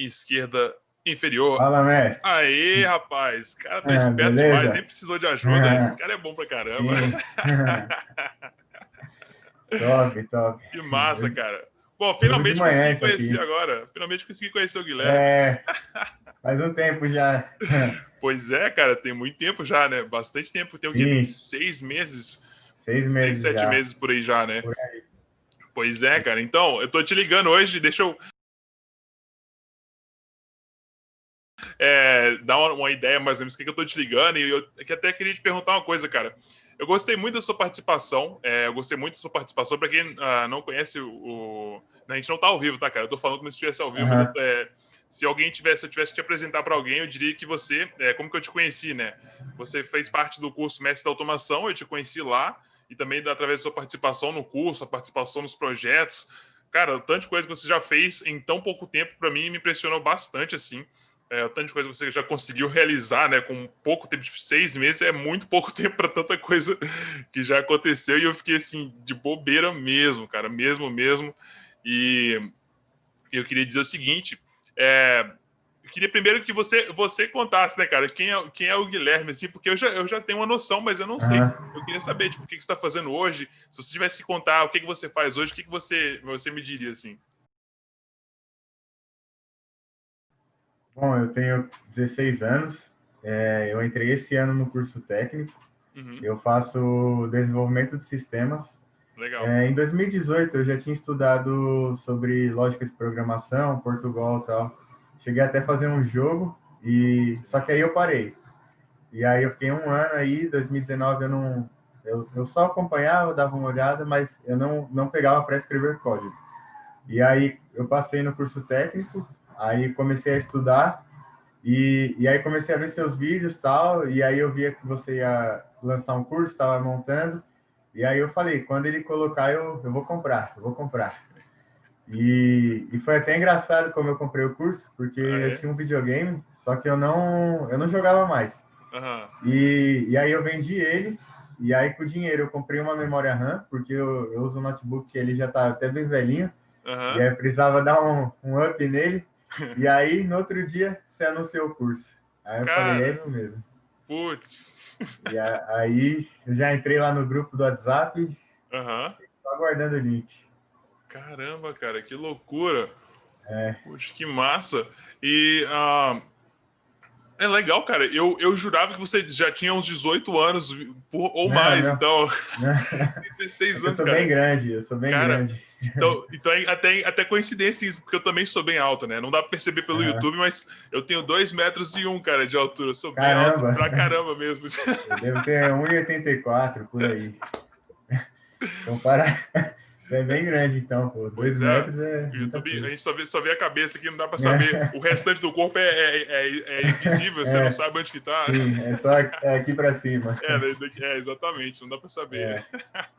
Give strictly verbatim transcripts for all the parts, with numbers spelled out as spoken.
esquerda inferior. Fala, mestre. Aê, rapaz, o cara tá Ah, esperto demais, nem beleza? precisou de ajuda. Esse Ah, cara é bom pra caramba. sim. Top, top. Que massa, cara. Bom, Jogo de finalmente manhã consegui isso conhecer aqui. agora. Finalmente consegui conhecer o Guilherme. É, faz um tempo já. Pois é, cara, tem muito tempo já, né? Bastante tempo. Tem o quê? Tem Sim, seis meses, seis seis, meses sete já. meses por aí já, né? Por aí. Pois é, cara. Então, eu tô te ligando hoje, deixa eu é, dar uma, uma ideia mais ou menos do que, que eu tô te ligando. E eu que até queria te perguntar uma coisa, cara. Eu gostei muito da sua participação. É, eu gostei muito da sua participação. Pra quem ah, não conhece o, o- A gente não tá ao vivo, tá, cara? Eu tô falando como se estivesse ao vivo, mas Aham. é, se alguém tivesse, se eu tivesse que te apresentar pra alguém, eu diria que você, é, como que eu te conheci, né? Você fez parte do curso Mestre da Automação, eu te conheci lá, e também através da sua participação no curso, a participação nos projetos. Cara, o tanto de coisa que você já fez em tão pouco tempo, pra mim, me impressionou bastante, assim. É, o tanto de coisa que você já conseguiu realizar, né? Com pouco tempo, tipo, seis meses é muito pouco tempo para tanta coisa que já aconteceu. E eu fiquei assim, de bobeira mesmo, cara, mesmo, mesmo. E eu queria dizer o seguinte: é, eu queria primeiro que você, você contasse, né, cara, quem é, quem é o Guilherme, assim, porque eu já, eu já tenho uma noção, mas eu não sei. Aham. Eu queria saber, tipo, o que, que você está fazendo hoje. Se você tivesse que contar o que, que você faz hoje, o que, que você, você me diria, assim? Bom, eu tenho dezesseis anos. É, eu entrei esse ano no curso técnico. Uhum, Eu faço desenvolvimento de sistemas. legal. É, em dois mil e dezoito, eu já tinha estudado sobre lógica de programação, Portugal e tal. Cheguei até a fazer um jogo, e Que só que aí massa. eu parei. E aí eu fiquei um ano aí, dois mil e dezenove eu não, eu, eu só acompanhava, dava uma olhada, mas eu não, não pegava para escrever código. E aí eu passei no curso técnico, aí comecei a estudar, e, e aí comecei a ver seus vídeos e tal, e aí eu via que você ia lançar um curso, estava montando, e aí eu falei, quando ele colocar, eu, eu vou comprar, eu vou comprar. E, e foi até engraçado como eu comprei o curso, porque Ah, eu é? tinha um videogame, só que eu não, eu não jogava mais. Aham. E, e aí eu vendi ele, e aí com o dinheiro eu comprei uma memória RAM, porque eu, eu uso um notebook que ele já está até bem velhinho, e Aham. aí eu precisava dar um, um up nele. E aí, no outro dia, você anunciou o curso. Aí eu falei, é isso Caramba. mesmo. Putz. E a, aí eu já entrei lá no grupo do WhatsApp, Aham. só aguardando o link. Caramba, cara, que loucura. Poxa, que massa. E ah, é legal, cara. Eu, eu jurava que você já tinha uns dezoito anos por- ou Não, mais, não, então. não. É dezesseis que eu anos, sou bem cara. grande, eu sou bem Cara, grande. então, então é até, até coincidência isso, porque eu também sou bem alto, né? Não dá pra perceber pelo Uhum. YouTube, mas eu tenho dois metros e um, cara, de altura. Eu sou bem alto Caramba, pra caramba mesmo. eu devo ter um e oitenta e quatro por aí. Compara... Você é bem grande, então, pô. Dois Pois é, metros é o muita YouTube, a coisa. gente só vê, só vê a cabeça aqui, não dá pra saber. O restante do corpo é, é, é, é invisível, você não É, sabe onde que tá. sim, é só é aqui para cima. É, né, daqui- é, exatamente, não dá pra saber. É.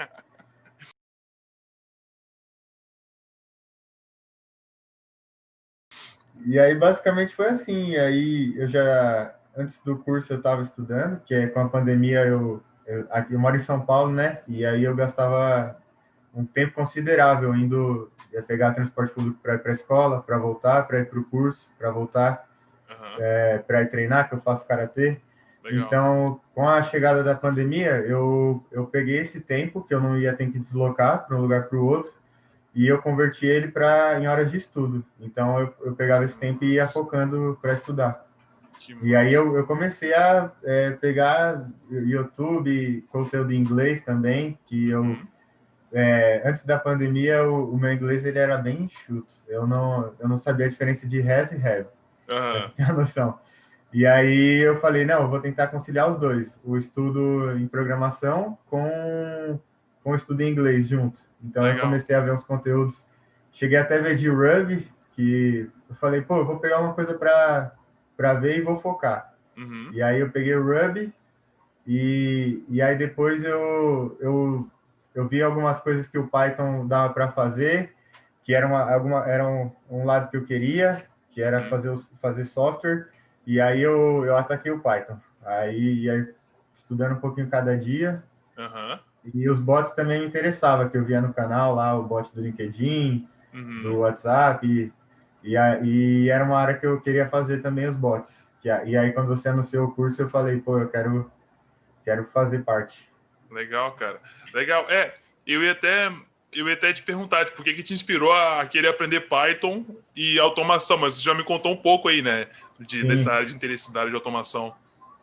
E aí, basicamente, foi assim. Aí, eu já, antes do curso, eu estava estudando, que é com a pandemia, eu, eu, aqui, eu moro em São Paulo, né? E aí eu gastava um tempo considerável indo ia pegar transporte público para ir para a escola, para voltar, para ir para o curso, para voltar, Aham, é, para ir treinar, que eu faço karatê. legal. Então, com a chegada da pandemia, eu, eu peguei esse tempo que eu não ia ter que deslocar para um lugar para o outro e eu converti ele para em horas de estudo. Então, eu, eu pegava Que esse tempo e ia massa, focando para estudar. que E aí massa. eu, eu comecei a é, pegar YouTube, conteúdo em inglês também, que eu Uhum, é, antes da pandemia o, o, meu inglês ele era bem enxuto. Eu não eu não sabia a diferença de has e have, para aham, você ter uma noção. E aí eu falei, não, eu vou tentar conciliar os dois, o estudo em programação com, com o estudo em inglês junto. Então eu legal. comecei a ver uns conteúdos, cheguei até a ver de Ruby, que eu falei, pô, eu vou pegar uma coisa para para ver e vou focar. Uhum, E aí eu peguei o Ruby e, e aí depois eu, eu, eu vi algumas coisas que o Python dava para fazer, que era, uma, alguma, era um, um lado que eu queria, que era uhum, fazer, os, fazer software, e aí eu, eu ataquei o Python. Aí, aí estudando um pouquinho cada dia, aham, e os bots também me interessavam, que eu via no canal lá, o bot do LinkedIn, do uhum. WhatsApp, E, a, e era uma área que eu queria fazer também os bots. Que, a- e aí, quando você anunciou o curso, eu falei, pô, eu quero, quero fazer parte. Legal, cara. Legal. É, eu ia até, eu ia até te perguntar, tipo, o que que te inspirou a querer aprender Python e automação, mas você já me contou um pouco aí, né, de, dessa Sim, área de interesse da área de automação.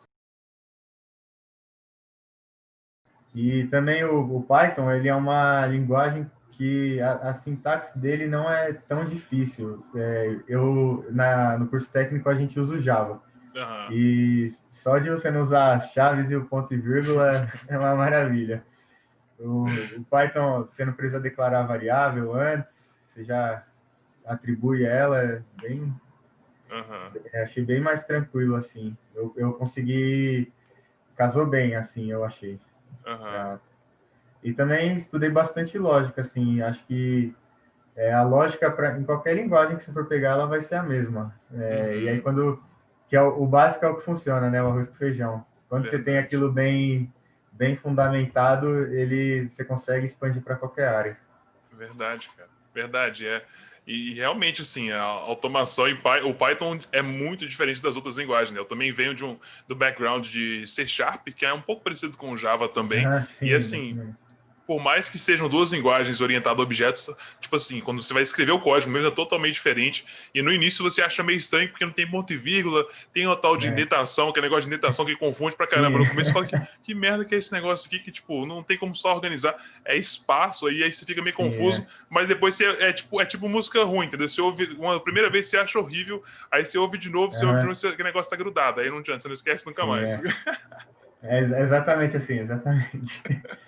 e também o, o Python, ele é uma linguagem que a, a sintaxe dele não é tão difícil. É, eu, na, no curso técnico, a gente usa o Java. Aham. E só de você não usar as chaves e o ponto e vírgula é uma maravilha. O, o Python, você não precisa declarar variável antes, você já atribui ela, é bem, Aham. é, achei bem mais tranquilo, assim. Eu, eu consegui, casou bem, assim, eu achei. Aham. Pra... E também estudei bastante lógica, assim, acho que é, a lógica, pra, em qualquer linguagem que você for pegar, ela vai ser a mesma. É, e aí, Uhum. quando... Que é o, o básico é o que funciona, né? O arroz com feijão. Quando você tem Verdade. aquilo bem, bem fundamentado, ele, você consegue expandir para qualquer área. Verdade, cara. Verdade, é. E realmente, assim, a automação em Py- o Python é muito diferente das outras linguagens, né? Eu também venho de um, do background de C Sharp, que é um pouco parecido com o Java também. Ah, E, sim, isso assim, mesmo. por mais que sejam duas linguagens orientadas a objetos, tipo assim, quando você vai escrever o código mesmo é totalmente diferente. E no início você acha meio estranho porque não tem ponto e vírgula, tem o tal de É, indentação, que é negócio de indentação que confunde pra caramba. sim, No começo você fala que, que merda que é esse negócio aqui que, tipo, não tem como só organizar. É espaço, aí, aí você fica meio sim, confuso, é, mas depois você, é, tipo, é tipo música ruim, entendeu? Você ouve uma primeira vez você acha horrível, aí você ouve de novo, você ouve de aham, novo, você, aquele negócio tá grudado, aí não adianta, você não esquece nunca sim, mais. é. É ex- exatamente assim, exatamente.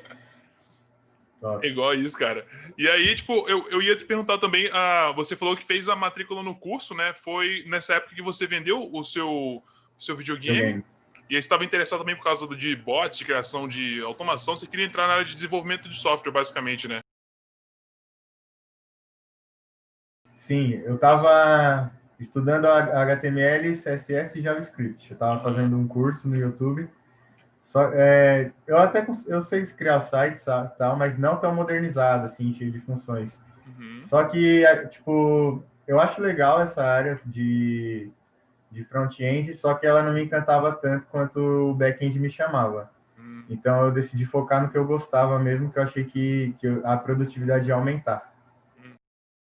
É Top. igual isso, cara. E aí, tipo, eu, eu ia te perguntar também, ah, você falou que fez a matrícula no curso, né? Foi nessa época que você vendeu o seu, o seu videogame, Videogame. e aí você estava interessado também por causa de bots, de criação de automação, você queria entrar na área de desenvolvimento de software, basicamente, né? Sim, eu Isso. estava estudando H T M L, C S S e JavaScript. Eu estava Aham. fazendo um curso no YouTube. Só, é, eu até cons- eu sei criar sites, sabe, tal, mas não tão modernizado, assim, cheio de funções. Uhum. Só que, é, tipo, eu acho legal essa área de, de front-end, só que ela não me encantava tanto quanto o back-end me chamava. Hum. Então, eu decidi focar no que eu gostava mesmo, que eu achei que, que a produtividade ia aumentar. Hum.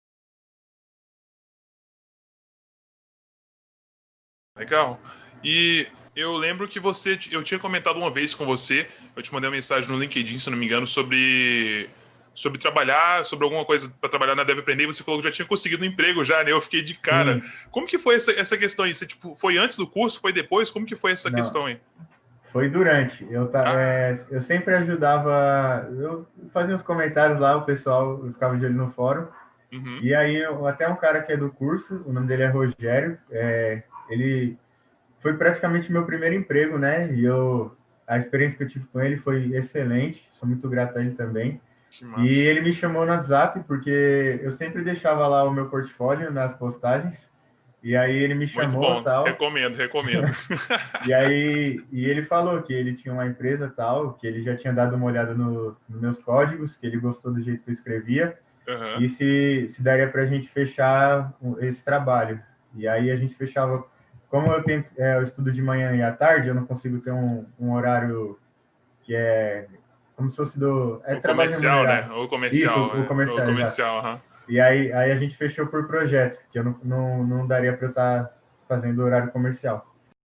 Legal. E eu lembro que você, eu tinha comentado uma vez com você, eu te mandei uma mensagem no LinkedIn, se eu não me engano, sobre sobre trabalhar, sobre alguma coisa para trabalhar na Deve Aprender, e você falou que já tinha conseguido um emprego já, né? Eu fiquei de cara. Sim, Como que foi essa, essa questão aí? Você, tipo, foi antes do curso, foi depois? Como que foi essa não, questão aí? foi durante. Eu, ta- Ah, é, eu sempre ajudava, eu fazia uns comentários lá, o pessoal eu ficava de olho no fórum. uhum, E aí, eu- até um cara que é do curso, o nome dele é Rogério, é, ele foi praticamente meu primeiro emprego, né? E eu, a experiência que eu tive com ele foi excelente, sou muito grato a ele também. que E massa. ele me chamou no WhatsApp, porque eu sempre deixava lá o meu portfólio nas postagens, e aí ele me Muito chamou bom. tal, Recomendo, recomendo. e aí e ele falou que ele tinha uma empresa tal, que ele já tinha dado uma olhada no, nos meus códigos, que ele gostou do jeito que eu escrevia, Aham. e se, se daria para a gente fechar esse trabalho. E aí a gente fechava. Como eu, tenho, é, eu estudo de manhã e à tarde, eu não consigo ter um, um horário que é como se fosse do. É O trabalho comercial, né? remunerado. O Isso, comercial, o né? O comercial, exato. comercial, aham. E aí, aí a gente fechou por projeto, que eu não, não, não daria para eu estar fazendo horário comercial.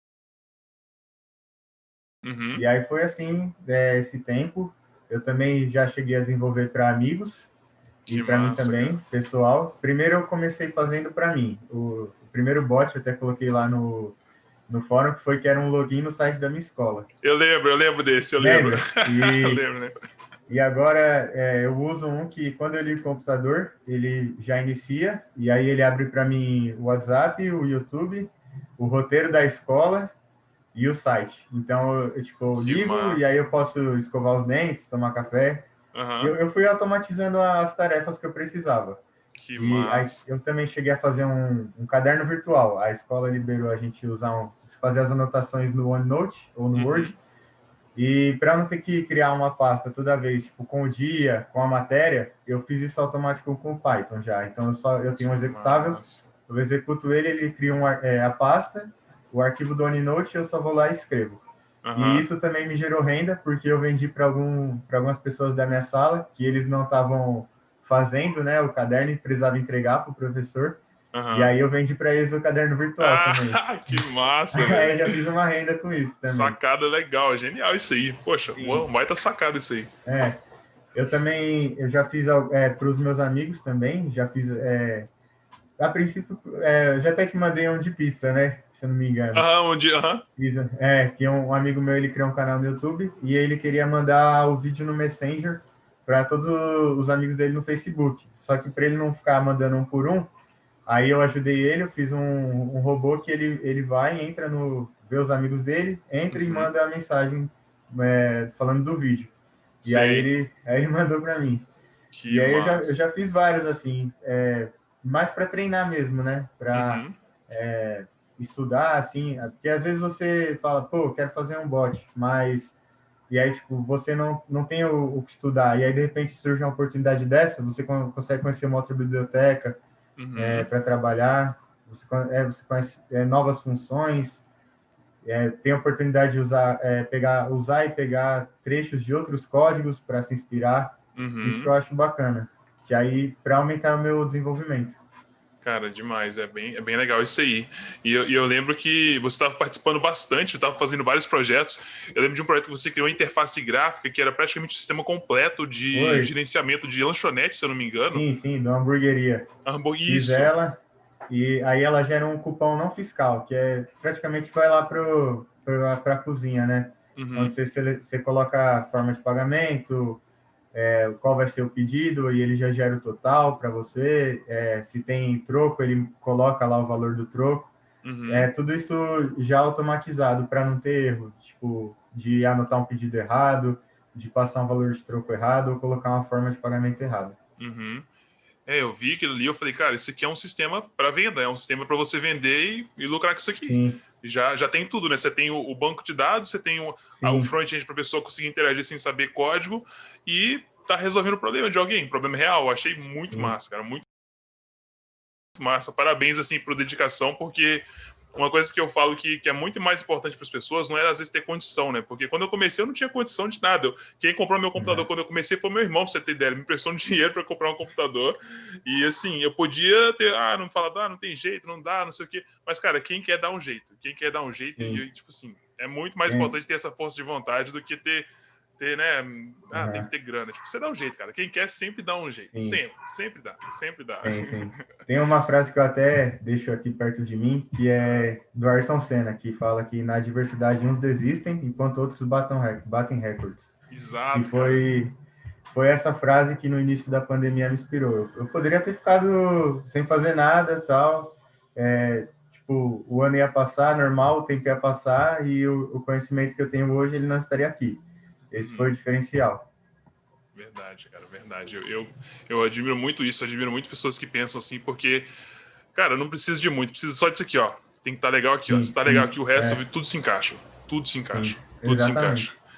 Uhum. E aí foi assim, é, esse tempo. Eu também já cheguei a desenvolver para amigos e Que para mim massa, também, cara. pessoal. Primeiro eu comecei fazendo para mim. O, o primeiro bot eu até coloquei lá no, no fórum, que foi que era um login no site da minha escola. Eu lembro, eu lembro desse, eu lembro. Lembra? Eu E, lembro, né? e agora é, eu uso um que quando eu ligo o computador, ele já inicia, e aí ele abre para mim o WhatsApp, o YouTube, o roteiro da escola e o site. Então, eu, eu, tipo, eu Que ligo e aí massa. eu posso escovar os dentes, tomar café. Aham. Eu, eu fui automatizando as tarefas que eu precisava. Que E aí, massa. eu também cheguei a fazer um, um caderno virtual. A escola liberou a gente usar um, fazer as anotações no OneNote ou no Uhum. Word. E para não ter que criar uma pasta toda vez, tipo, com o dia, com a matéria, eu fiz isso automático com o Python já. Então, eu só eu tenho um Que executável, massa. eu executo ele, ele cria um, é, a pasta, o arquivo do OneNote, eu só vou lá e escrevo. Uhum. E isso também me gerou renda, porque eu vendi para algum, para algumas pessoas da minha sala, que eles não estavam fazendo, né, o caderno e precisava entregar para o professor. Uhum. E aí eu vendi para eles o caderno virtual ah, também. Que massa, Aí velho. eu já fiz uma renda com isso também. Sacada legal, genial isso aí. Poxa, Sim. vai tá sacada isso aí. É, eu também, eu já fiz é, para os meus amigos também, já fiz, é, a princípio, é, eu já até te mandei um de pizza, né, se eu não me engano. Aham, um dia, aham. Fiz, é, que um, um amigo meu, ele criou um canal no YouTube, e ele queria mandar o vídeo no Messenger para todos os amigos dele no Facebook. Só que para ele não ficar mandando um por um, aí eu ajudei ele, eu fiz um, um robô que ele, ele vai, entra no, vê os amigos dele, entra Uhum. e manda a mensagem é, falando do vídeo. E Sim. aí ele, aí ele mandou para mim. Que E aí eu já, massa. eu já fiz vários, assim, é, mais para treinar mesmo, né? Para Uhum. é, estudar, assim, porque às vezes você fala, pô, quero fazer um bot, mas... E aí, tipo, você não, não tem o, o que estudar, e aí, de repente, surge uma oportunidade dessa, você con- consegue conhecer uma outra biblioteca Uhum. é, para trabalhar, você, con- é, você conhece é, novas funções, é, tem a oportunidade de usar, é, pegar, usar e pegar trechos de outros códigos para se inspirar. Uhum. Isso que eu acho bacana, que aí, para aumentar o meu desenvolvimento. Cara, demais, é bem, é bem legal isso aí. E eu, e eu lembro que você estava participando bastante, estava fazendo vários projetos. Eu lembro de um projeto que você criou uma interface gráfica, que era praticamente um sistema completo de Oi. gerenciamento de lanchonete, se eu não me engano. Sim, sim, da hamburgueria. Hambúrguer, Fiz isso. ela, e aí ela gera um cupom não fiscal, que é praticamente vai lá para a cozinha, né? Uhum. Onde você, você coloca a forma de pagamento, é, qual vai ser o pedido, e ele já gera o total para você. É, se tem troco, ele coloca lá o valor do troco. Uhum. É, tudo isso já automatizado para não ter erro, tipo, de anotar um pedido errado, de passar um valor de troco errado ou colocar uma forma de pagamento errada. Uhum. É, eu vi aquilo ali, eu falei, cara, isso aqui é um sistema para venda, é um sistema para você vender e, e lucrar com isso aqui. Sim. Já, já tem tudo, né? Você tem o, o banco de dados, você tem o, a, o front-end para a pessoa conseguir interagir sem saber código e tá resolvendo o problema de alguém, problema real. Eu achei muito Sim. massa, cara, muito massa. Parabéns, assim, por dedicação, porque uma coisa que eu falo que, que é muito mais importante para as pessoas não é, às vezes, ter condição, né? Porque quando eu comecei, eu não tinha condição de nada. Eu, quem comprou meu computador uhum. quando eu comecei foi meu irmão, pra você ter ideia. Ele me emprestou um dinheiro para comprar um computador. E, assim, eu podia ter... Ah, não fala, ah, não tem jeito, não dá, não sei o quê. Mas, cara, quem quer dar um jeito? Quem quer dar um jeito? Sim. E, tipo assim, é muito mais é. importante ter essa força de vontade do que ter... ter, né? Ah, uhum. tem que ter grana. Tipo, você dá um jeito, cara. Quem quer sempre dá um jeito. Sim. Sempre, sempre dá, sempre dá. Sim, sim. Tem uma frase que eu até deixo aqui perto de mim, que é do Ayrton Senna, que fala que na adversidade uns desistem, enquanto outros batem, batem recordes. Exato, e foi, foi essa frase que no início da pandemia me inspirou. Eu poderia ter ficado sem fazer nada tal, é, tipo, o ano ia passar, normal, o tempo ia passar, e o, o conhecimento que eu tenho hoje, ele não estaria aqui. Esse hum. foi o diferencial. Verdade, cara, verdade. Eu, eu, eu admiro muito isso, admiro muito pessoas que pensam assim, porque, cara, não precisa de muito, precisa só disso aqui, ó. Tem que estar tá legal aqui, sim, ó. Se tá sim, legal aqui, o resto, é. tudo se encaixa. Tudo se encaixa. Sim, tudo exatamente. se encaixa.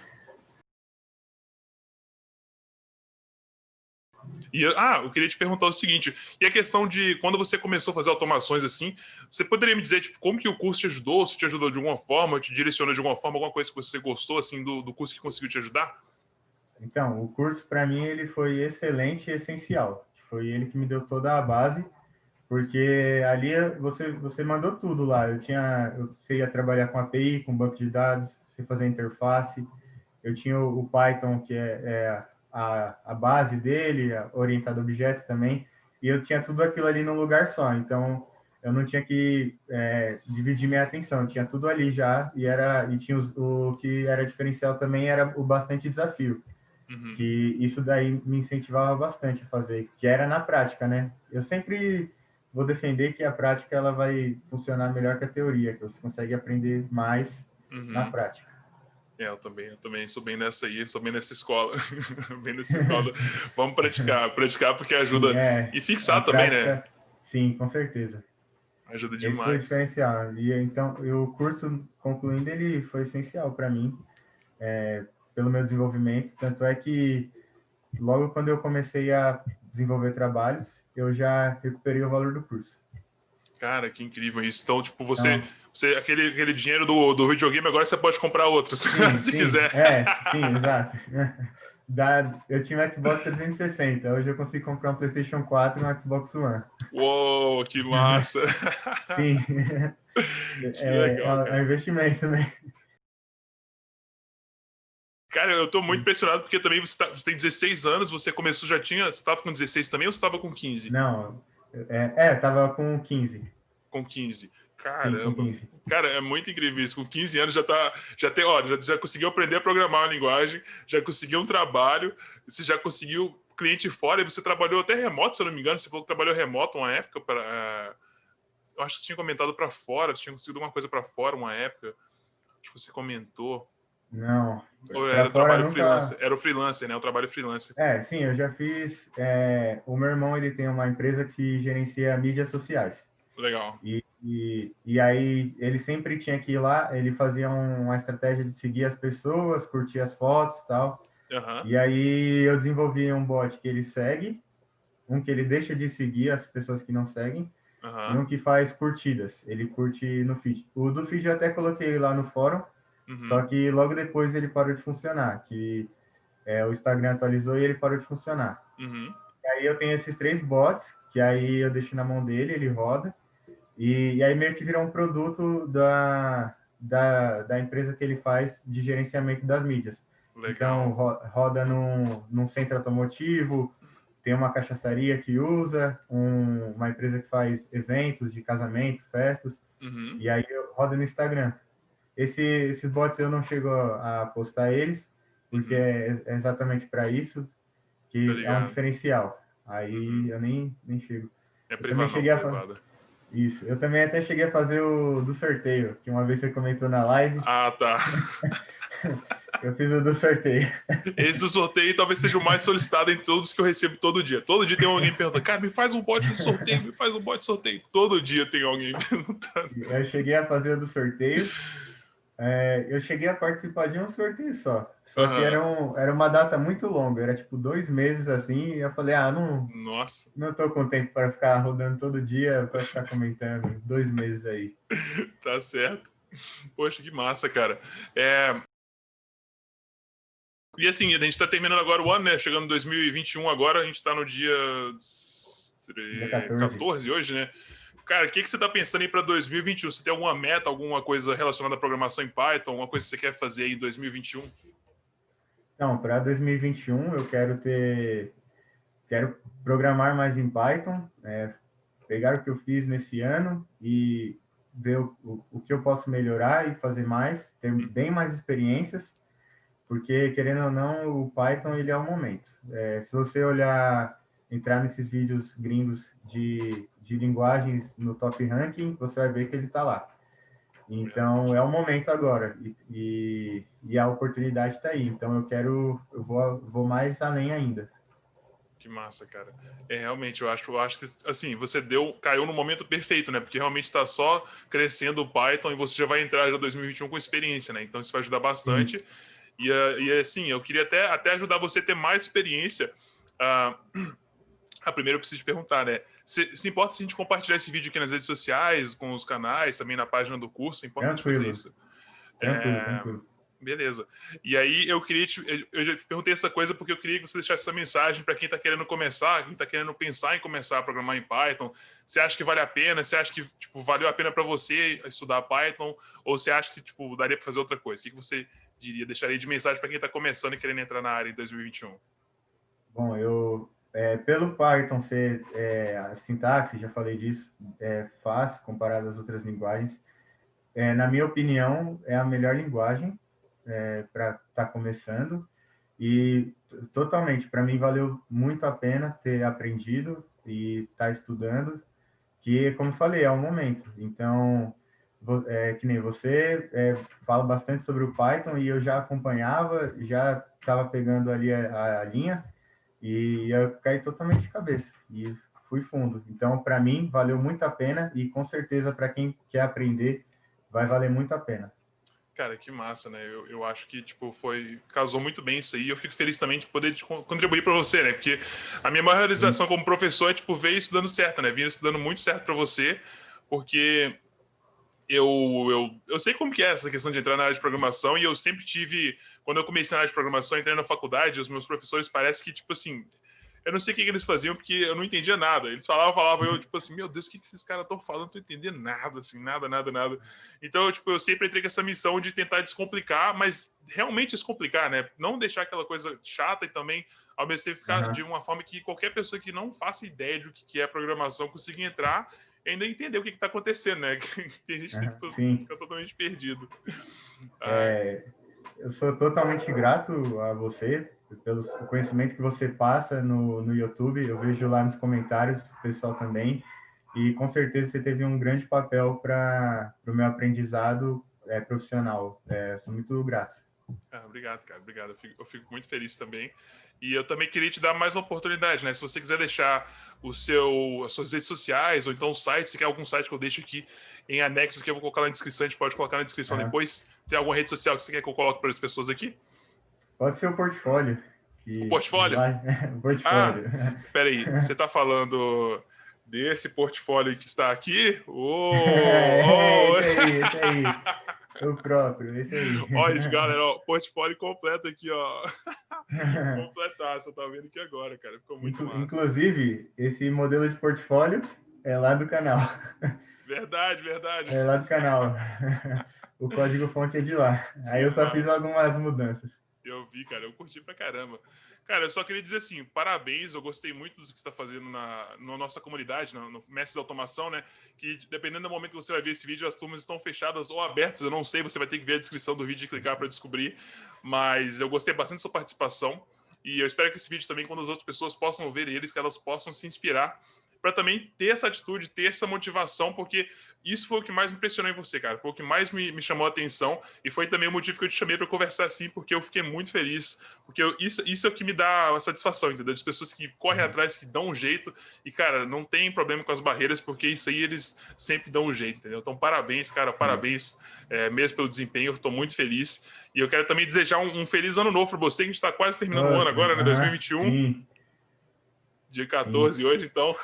E, ah, eu queria te perguntar o seguinte, e a questão de quando você começou a fazer automações assim, você poderia me dizer, tipo, como que o curso te ajudou, se te ajudou de alguma forma, te direcionou de alguma forma, alguma coisa que você gostou, assim, do, do curso que conseguiu te ajudar? Então, o curso, para mim, ele foi excelente e essencial. Foi ele que me deu toda a base, porque ali você, você mandou tudo lá. Eu tinha, eu sei ia trabalhar com A P I, com banco de dados, sei fazer interface. Eu tinha o, o Python, que é, é a, a base dele, orientado a objetos também, e eu tinha tudo aquilo ali num lugar só. Então, eu não tinha que é, dividir minha atenção, eu tinha tudo ali já, e, era, e tinha os, o que era diferencial também era o bastante desafio. Uhum. Que isso daí me incentivava bastante a fazer, que era na prática, né? Eu sempre vou defender que a prática ela vai funcionar melhor que a teoria, que você consegue aprender mais uhum. na prática. É, eu também, eu também sou bem nessa aí, sou bem nessa escola, bem nessa escola. Vamos praticar, praticar porque ajuda sim, é, e fixar também, prática, né? Sim, com certeza. Ajuda demais. Esse foi o diferencial. E então, o curso concluindo ele foi essencial para mim. É, pelo meu desenvolvimento, tanto é que logo quando eu comecei a desenvolver trabalhos, eu já recuperei o valor do curso. Cara, que incrível isso. Então, tipo, você, Então, você aquele, aquele dinheiro do, do videogame, agora você pode comprar outro, se, sim, se sim, quiser. é, sim, exato. Da, eu tinha um Xbox trezentos e sessenta, hoje eu consigo comprar um PlayStation quatro e um Xbox One. Uou, que massa! Sim, Que é, é, legal, é um cara. investimento, né? Cara, eu tô muito impressionado porque também você, tá, você tem dezesseis anos, você começou, já tinha. Você tava com dezesseis também ou você tava com quinze? Não, é, é, tava com quinze. Com quinze. Sim, com Caramba. quinze. Cara, é muito incrível isso. Com quinze anos já tá. Já tem, ó, já, já conseguiu aprender a programar uma linguagem, já conseguiu um trabalho, você já conseguiu cliente fora, e você trabalhou até remoto, se eu não me engano. Você falou que trabalhou remoto uma época para. Eu acho que você tinha comentado para fora, você tinha conseguido alguma coisa para fora uma época. Acho que você comentou. Não, Ou para era o fora trabalho nunca. freelancer? Era o freelancer, né? O trabalho freelancer. É, sim, eu já fiz. É, o meu irmão ele tem uma empresa que gerencia mídias sociais. Legal. E, e, e aí ele sempre tinha que ir lá, ele fazia um- uma estratégia de seguir as pessoas, curtir as fotos e tal. Aham, E aí eu desenvolvi um bot que ele segue, um que ele deixa de seguir as pessoas que não seguem, e aham, um que faz curtidas. Ele curte no feed. O do feed eu até coloquei lá no fórum, só uhum, que logo depois ele parou de funcionar, que é, o Instagram atualizou e ele parou de funcionar. uhum. E aí eu tenho esses três bots, que aí eu deixo na mão dele, ele roda, e, e aí meio que virou um produto da, da, da empresa que ele faz de gerenciamento das mídias. Então, Legal. ro, roda num, num centro automotivo, tem uma cachaçaria que usa, um, uma empresa que faz eventos de casamento, festas, Uhum, e aí eu roda no Instagram. Esse, esses bots eu não chego a postar eles, porque uhum. é exatamente para isso, Tá que é um ligado. diferencial. Uhum. Aí eu nem, nem chego. É Eu também privado, não, cheguei a fazer privada. isso. Eu também até cheguei a fazer o do sorteio, que uma vez você comentou na live. Ah, tá. Eu fiz o do sorteio. Esse do sorteio talvez seja o mais solicitado em todos que eu recebo todo dia. Todo dia tem alguém perguntando, cara, me faz um bot de sorteio, me faz um bot de sorteio. Todo dia tem alguém perguntando. Eu cheguei a fazer o do sorteio. É, eu cheguei a participar de um sorteio só. Só que Aham. era, um, era uma data muito longa, era tipo dois meses assim. E eu falei, ah, não, Nossa, não tô com tempo para ficar rodando todo dia, para ficar comentando dois meses aí. tá certo. Poxa, que massa, cara. É... E assim, a gente tá terminando agora o ano, né? Chegando em dois mil e vinte e um agora, a gente tá no dia Dia quatorze. quatorze hoje, né? Cara, o que, que você tá pensando aí para dois mil e vinte e um? Você tem alguma meta, alguma coisa relacionada à programação em Python, alguma coisa que você quer fazer aí em dois mil e vinte e um? Então, para dois mil e vinte e um eu quero ter, quero programar mais em Python, é, pegar o que eu fiz nesse ano e ver o, o, o que eu posso melhorar e fazer mais, ter bem mais experiências, porque querendo ou não, o Python ele é o momento. É, se você olhar, entrar nesses vídeos gringos de, de linguagens no top ranking, você vai ver que ele está lá. Então Verdade. é o momento agora e, e, e a oportunidade está aí. Então eu quero, eu vou, vou mais além ainda. Que massa, cara. É, realmente, eu acho, eu acho que, assim, você deu, caiu no momento perfeito, né? Porque realmente está só crescendo o Python e você já vai entrar já dois mil e vinte e um com experiência, né? Então isso vai ajudar Sim, bastante. E, uh, e assim, eu queria até, até ajudar você a ter mais experiência. Uh, ah, primeiro eu preciso te perguntar, né? Se, se importa se a gente compartilhar esse vídeo aqui nas redes sociais, com os canais, também na página do curso, é importante fazer tranquilo, isso. tranquilo, É, tranquilo. beleza. E aí eu queria te, eu já te perguntei essa coisa porque eu queria que você deixasse essa mensagem para quem está querendo começar, quem está querendo pensar em começar a programar em Python. Você acha que vale a pena? Você acha que tipo valeu a pena para você estudar Python? Ou você acha que tipo daria para fazer outra coisa? O que, que você diria? Deixaria de mensagem para quem está começando e querendo entrar na área em dois mil e vinte e um? Bom, eu é, pelo Python ser é, a sintaxe, já falei disso, é fácil comparado às outras linguagens. É, na minha opinião, é a melhor linguagem é, para estar tá começando. E totalmente, para mim valeu muito a pena ter aprendido e estar tá estudando, que, como eu falei, é o momento. Então, é, que nem você, é, fala bastante sobre o Python e eu já acompanhava, já estava pegando ali a, a linha e eu caí totalmente de cabeça e fui fundo. Então, para mim, valeu muito a pena e com certeza para quem quer aprender, vai valer muito a pena. Cara, que massa, né? Eu, eu acho que, tipo, foi... Casou muito bem isso aí. Eu fico feliz também de poder de contribuir para você, né? Porque a minha maior realização Sim, como professor é, tipo, ver isso dando certo, né? Vir isso dando muito certo para você. porque eu, eu, eu sei como que é essa questão de entrar na área de programação, e eu sempre tive, quando eu comecei na área de programação, entrei na faculdade, os meus professores parece que, tipo assim, eu não sei o que, que eles faziam, porque eu não entendia nada. Eles falavam, falavam, eu, tipo assim, meu Deus, o que, que esses caras estão falando? Eu não tô entendendo nada, assim, nada, nada, nada. Então, eu, tipo, eu sempre entrei com essa missão de tentar descomplicar, mas realmente descomplicar, né? Não deixar aquela coisa chata e também, ao mesmo tempo, ficar Aham. de uma forma que qualquer pessoa que não faça ideia do que que é programação consiga entrar e ainda entender o que está acontecendo, né? Tem gente que Aham, tipo, sim. fica totalmente perdido. Ah, É, eu sou totalmente grato a você pelo conhecimento que você passa no, no YouTube. Eu vejo lá nos comentários, o pessoal também. E com certeza você teve um grande papel para o meu aprendizado é, profissional. É, sou muito grato. ah, obrigado, cara. Obrigado. Eu fico, eu fico muito feliz também. E eu também queria te dar mais uma oportunidade, né? Se você quiser deixar o seu, as suas redes sociais ou então o site, se quer algum site que eu deixo aqui em anexos que eu vou colocar na descrição, a gente pode colocar na descrição Aham. depois. Tem alguma rede social que você quer que eu coloque para as pessoas aqui? Pode ser o portfólio. O Que, de portfólio? lá, o Ah, portfólio. peraí. Você está falando desse portfólio que está aqui? Oh, É, oh. esse aí, esse aí. O próprio, esse aí. Olha, galera, ó, portfólio completo aqui, ó. Completar, você tá vendo aqui agora, cara. Ficou muito Inclu- massa. Inclusive, esse modelo de portfólio é lá do canal. Verdade, verdade. É lá do canal. O código-fonte é de lá. Aí Que eu só fiz massa. algumas mudanças. Eu vi, cara, eu curti pra caramba. Cara, eu só queria dizer assim, parabéns, eu gostei muito do que você está fazendo na, na nossa comunidade, no, no Mestres da Automação, né? Que dependendo do momento que você vai ver esse vídeo, as turmas estão fechadas ou abertas, eu não sei, você vai ter que ver a descrição do vídeo e clicar para descobrir. Mas eu gostei bastante da sua participação e eu espero que esse vídeo também, quando as outras pessoas possam ver eles, que elas possam se inspirar para também ter essa atitude, ter essa motivação, porque isso foi o que mais me impressionou em você, cara. Foi o que mais me, me chamou a atenção e foi também o motivo que eu te chamei para conversar assim, porque eu fiquei muito feliz, porque eu, isso, isso é o que me dá a satisfação, entendeu? Das pessoas que correm atrás, que dão um jeito e, cara, não tem problema com as barreiras, porque isso aí eles sempre dão um jeito, entendeu? Então, parabéns, cara, parabéns é, mesmo pelo desempenho, eu estou muito feliz. E eu quero também desejar um, um feliz ano novo para você, que a gente está quase terminando o ano agora, né? Aham, dois mil e vinte e um, sim, dia sim. quatorze hoje, então.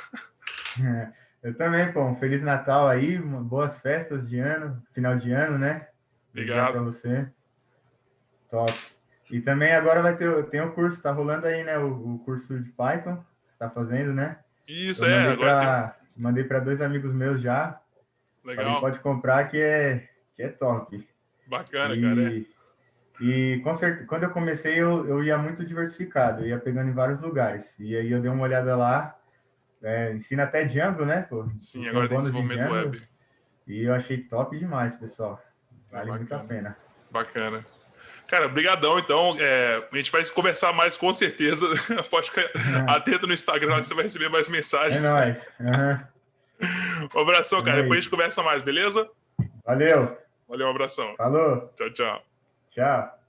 Eu também, pô. Um Feliz Natal aí, uma- boas festas de ano, final de ano, né? Desejar para Obrigado. você. Top. E também agora vai ter, tem o curso, tá rolando aí, né? O, o curso de Python, que você está fazendo, né? Isso, Eu é, mandei agora tem um. para mandei para dois amigos meus já. Falei, Legal. pode comprar que é, que é top. Bacana, cara. É. E, e com certeza, quando eu comecei, eu, eu ia muito diversificado, eu ia pegando em vários lugares. E aí eu dei uma olhada lá, é, ensina até Django, né? Pô? Sim, Tem um agora tem bônus de desenvolvimento Django, web. e eu achei top demais, pessoal. É Vale muito a bacana. pena. Bacana. Cara, brigadão, então. É, a gente vai conversar mais com certeza. Pode ficar atento no Instagram, onde você vai receber mais É mensagens. nóis. Uhum. Um abração, Tamo cara. Depois a aí. gente conversa mais, beleza? Valeu. Valeu, um abração. Falou. Tchau, tchau. Tchau.